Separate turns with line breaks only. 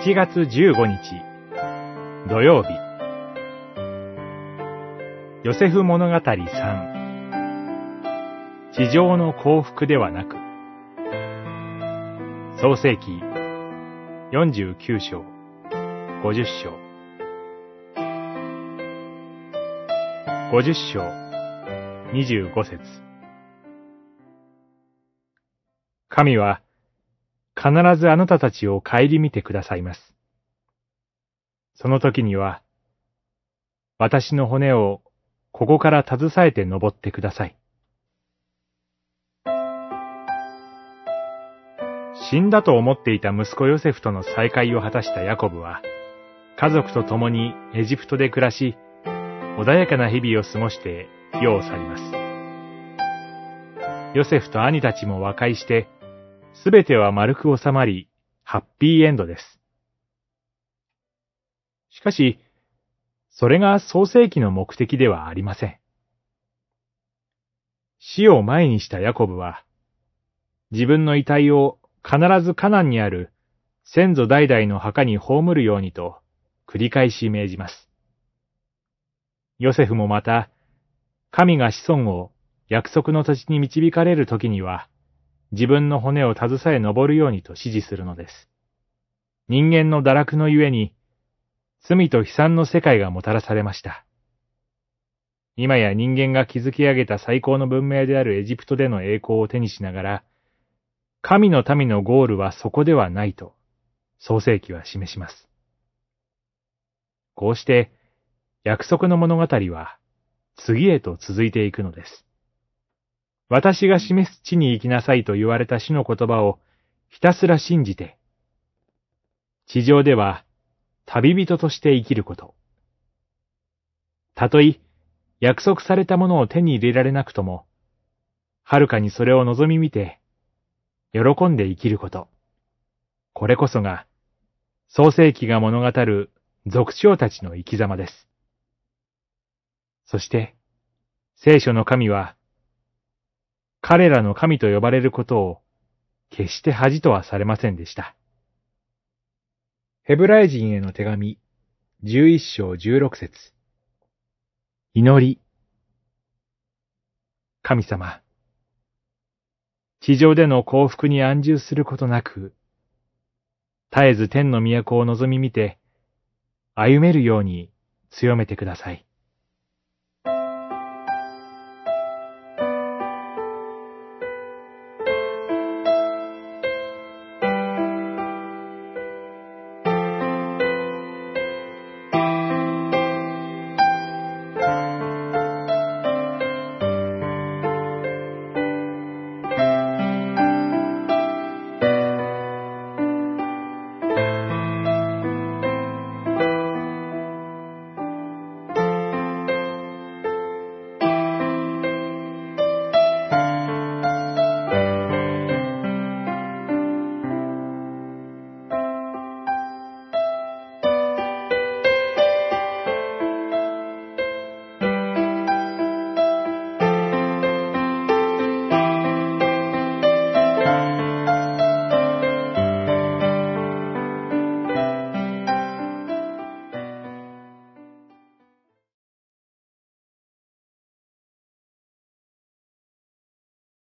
7月15日土曜日、ヨセフ物語3、地上の幸福ではなく。創世記49章50章50章25節。神は必ずあなたたちを顧みてくださいます。その時には、私の骨をここから携えて登ってください。死んだと思っていた息子ヨセフとの再会を果たしたヤコブは、家族と共にエジプトで暮らし、穏やかな日々を過ごして世を去ります。ヨセフと兄たちも和解して、すべては丸く収まり、ハッピーエンドです。しかし、それが創世記の目的ではありません。死を前にしたヤコブは、自分の遺体を必ずカナンにある先祖代々の墓に葬るようにと繰り返し命じます。ヨセフもまた、神が子孫を約束の土地に導かれる時には、自分の骨を携え登るようにと指示するのです。人間の堕落のゆえに、罪と悲惨の世界がもたらされました。今や人間が築き上げた最高の文明であるエジプトでの栄光を手にしながら、神の民のゴールはそこではないと、創世記は示します。こうして、約束の物語は、次へと続いていくのです。私が示す地に行きなさいと言われた主の言葉をひたすら信じて、地上では旅人として生きること。たとえ約束されたものを手に入れられなくとも、はるかにそれを望み見て、喜んで生きること。これこそが、創世記が物語る族長たちの生き様です。そして、聖書の神は、彼らの神と呼ばれることを決して恥とはされませんでした。ヘブライ人への手紙11章16節。祈り。神様、地上での幸福に安住することなく、絶えず天の都を望み見て、歩めるように強めてください。